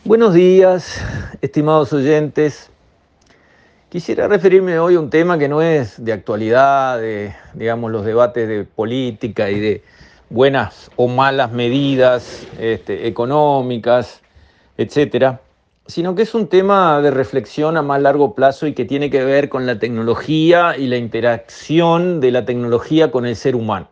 Buenos días, estimados oyentes. Quisiera referirme hoy a un tema que no es de actualidad, de, digamos, los debates de política y de buenas o malas medidas económicas, etcétera, sino que es un tema de reflexión a más largo plazo y que tiene que ver con la tecnología y la interacción de la tecnología con el ser humano.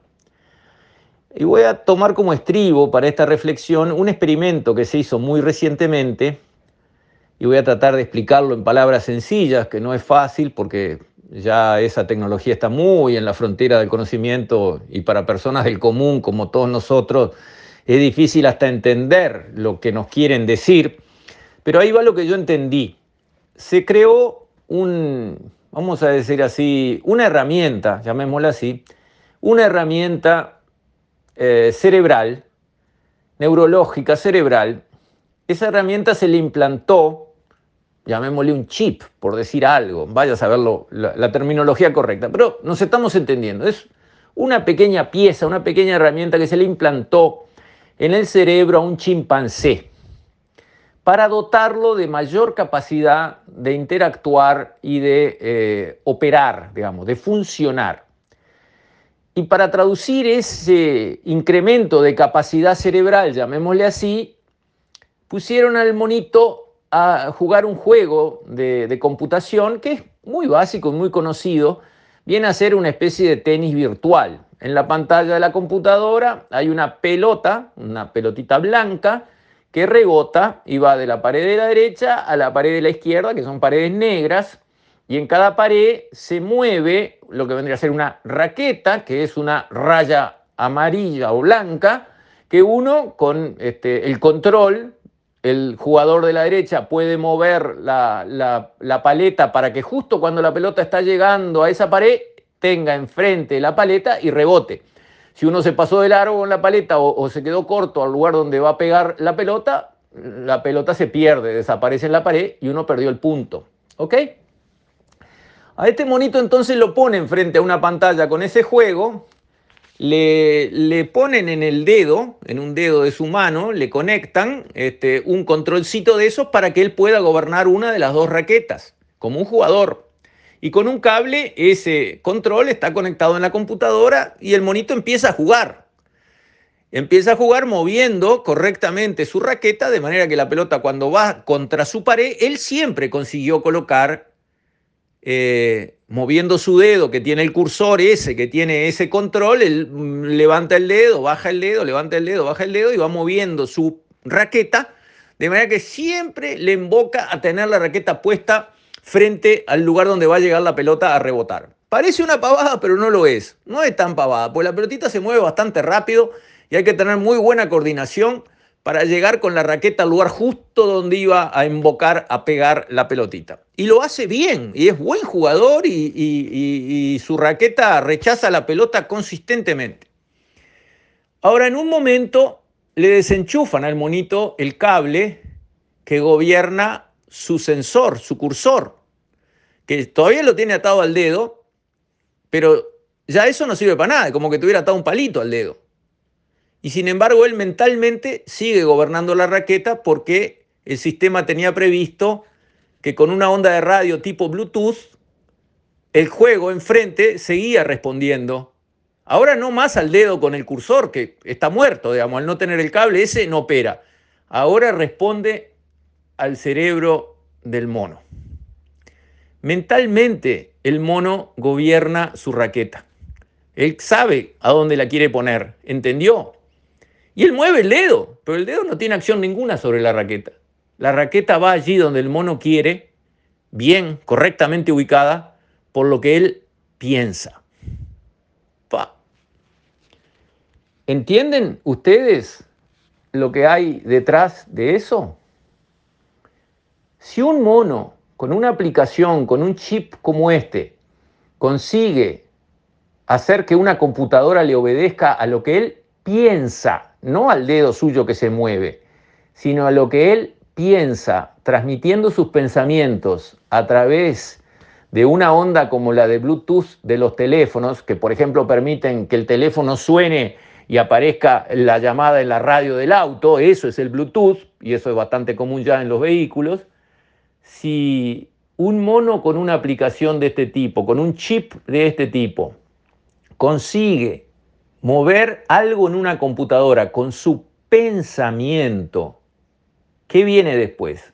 Y voy a tomar como estribo para esta reflexión un experimento que se hizo muy recientemente y voy a tratar de explicarlo en palabras sencillas, que no es fácil porque ya esa tecnología está muy en la frontera del conocimiento y para personas del común como todos nosotros es difícil hasta entender lo que nos quieren decir, pero ahí va lo que yo entendí. Se creó vamos a decir así, una herramienta, llamémosla así, una herramienta cerebral, neurológica cerebral. Esa herramienta se le implantó, llamémosle un chip, por decir algo, vaya a saber la terminología correcta, pero nos estamos entendiendo. Es una pequeña pieza, una pequeña herramienta que se le implantó en el cerebro a un chimpancé para dotarlo de mayor capacidad de interactuar y de operar, digamos, de funcionar. Y para traducir ese incremento de capacidad cerebral, llamémosle así, pusieron al monito a jugar un juego de computación que es muy básico y muy conocido. Viene a ser una especie de tenis virtual. En la pantalla de la computadora hay una pelota, una pelotita blanca, que rebota y va de la pared de la derecha a la pared de la izquierda, que son paredes negras, y en cada pared se mueve lo que vendría a ser una raqueta, que es una raya amarilla o blanca, que uno con el control, el jugador de la derecha puede mover la paleta para que justo cuando la pelota está llegando a esa pared tenga enfrente la paleta y rebote. Si uno se pasó de largo con la paleta o se quedó corto al lugar donde va a pegar la pelota se pierde, desaparece en la pared y uno perdió el punto. ¿Ok? A este monito entonces lo ponen frente a una pantalla con ese juego, le ponen en el dedo, en un dedo de su mano, le conectan un controlcito de esos para que él pueda gobernar una de las dos raquetas, como un jugador. Y con un cable ese control está conectado en la computadora y el monito empieza a jugar. Empieza a jugar moviendo correctamente su raqueta, de manera que la pelota cuando va contra su pared, él siempre consiguió colocar moviendo su dedo, que tiene el cursor ese, que tiene ese control, él levanta el dedo, baja el dedo, levanta el dedo, baja el dedo y va moviendo su raqueta, de manera que siempre le invoca a tener la raqueta puesta frente al lugar donde va a llegar la pelota a rebotar. Parece una pavada, pero no lo es. No es tan pavada, porque la pelotita se mueve bastante rápido y hay que tener muy buena coordinación para llegar con la raqueta al lugar justo donde iba a invocar a pegar la pelotita. Y lo hace bien, y es buen jugador y su raqueta rechaza la pelota consistentemente. Ahora, en un momento le desenchufan al monito el cable que gobierna su sensor, su cursor, que todavía lo tiene atado al dedo, pero ya eso no sirve para nada, como que tuviera atado un palito al dedo. Y sin embargo, él mentalmente sigue gobernando la raqueta porque el sistema tenía previsto que con una onda de radio tipo Bluetooth, el juego enfrente seguía respondiendo. Ahora no más al dedo con el cursor, que está muerto, digamos, al no tener el cable, ese no opera. Ahora responde al cerebro del mono. Mentalmente, el mono gobierna su raqueta. Él sabe a dónde la quiere poner, ¿entendió? Y él mueve el dedo, pero el dedo no tiene acción ninguna sobre la raqueta. La raqueta va allí donde el mono quiere, bien, correctamente ubicada, por lo que él piensa. Pa. ¿Entienden ustedes lo que hay detrás de eso? Si un mono con una aplicación, con un chip como este, consigue hacer que una computadora le obedezca a lo que él piensa, no al dedo suyo que se mueve, sino a lo que él piensa, transmitiendo sus pensamientos a través de una onda como la de Bluetooth de los teléfonos, que por ejemplo permiten que el teléfono suene y aparezca la llamada en la radio del auto, eso es el Bluetooth, y eso es bastante común ya en los vehículos. Si un mono con una aplicación de este tipo, con un chip de este tipo, consigue mover algo en una computadora con su pensamiento, ¿qué viene después?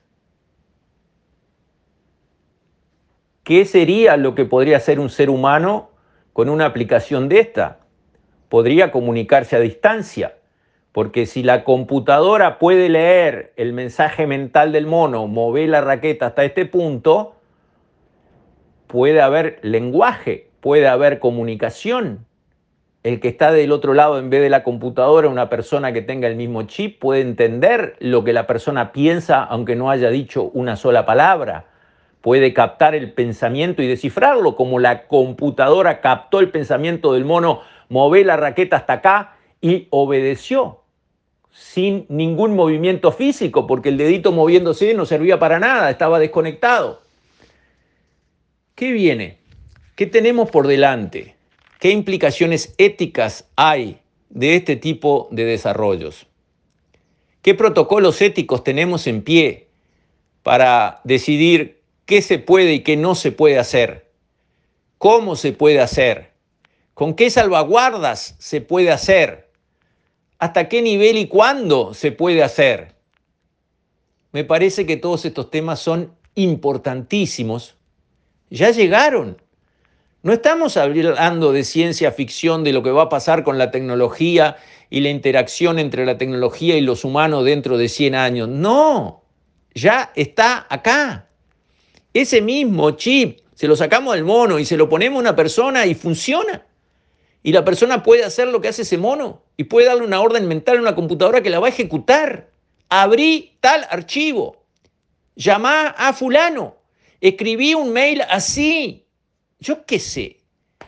¿Qué sería lo que podría hacer un ser humano con una aplicación de esta? Podría comunicarse a distancia, porque si la computadora puede leer el mensaje mental del mono, mover la raqueta hasta este punto, puede haber lenguaje, puede haber comunicación. El que está del otro lado, en vez de la computadora, una persona que tenga el mismo chip, puede entender lo que la persona piensa, aunque no haya dicho una sola palabra. Puede captar el pensamiento y descifrarlo, como la computadora captó el pensamiento del mono, mover la raqueta hasta acá y obedeció, sin ningún movimiento físico, porque el dedito moviéndose no servía para nada, estaba desconectado. ¿Qué viene? ¿Qué tenemos por delante? ¿Qué implicaciones éticas hay de este tipo de desarrollos? ¿Qué protocolos éticos tenemos en pie para decidir qué se puede y qué no se puede hacer? ¿Cómo se puede hacer? ¿Con qué salvaguardas se puede hacer? ¿Hasta qué nivel y cuándo se puede hacer? Me parece que todos estos temas son importantísimos. Ya llegaron. No estamos hablando de ciencia ficción, de lo que va a pasar con la tecnología y la interacción entre la tecnología y los humanos dentro de 100 años. No, ya está acá. Ese mismo chip se lo sacamos del mono y se lo ponemos a una persona y funciona. Y la persona puede hacer lo que hace ese mono y puede darle una orden mental a una computadora que la va a ejecutar. Abrí tal archivo, llamá a fulano, escribí un mail así. Yo qué sé.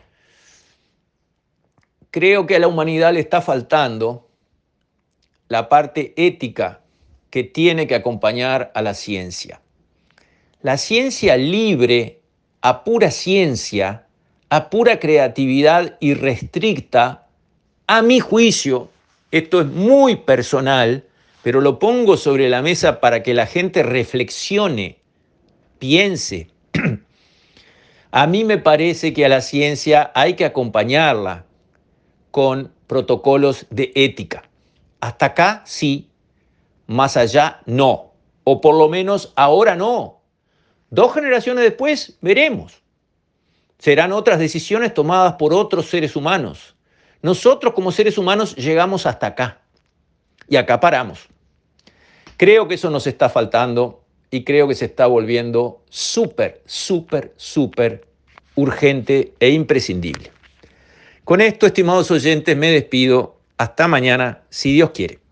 Creo que a la humanidad le está faltando la parte ética que tiene que acompañar a la ciencia. La ciencia libre, a pura ciencia, a pura creatividad irrestricta, a mi juicio, esto es muy personal, pero lo pongo sobre la mesa para que la gente reflexione, piense. A mí me parece que a la ciencia hay que acompañarla con protocolos de ética. Hasta acá sí, más allá no, o por lo menos ahora no. 2 generaciones después veremos. Serán otras decisiones tomadas por otros seres humanos. Nosotros como seres humanos llegamos hasta acá y acá paramos. Creo que eso nos está faltando y creo que se está volviendo súper urgente e imprescindible. Con esto, estimados oyentes, me despido. Hasta mañana, si Dios quiere.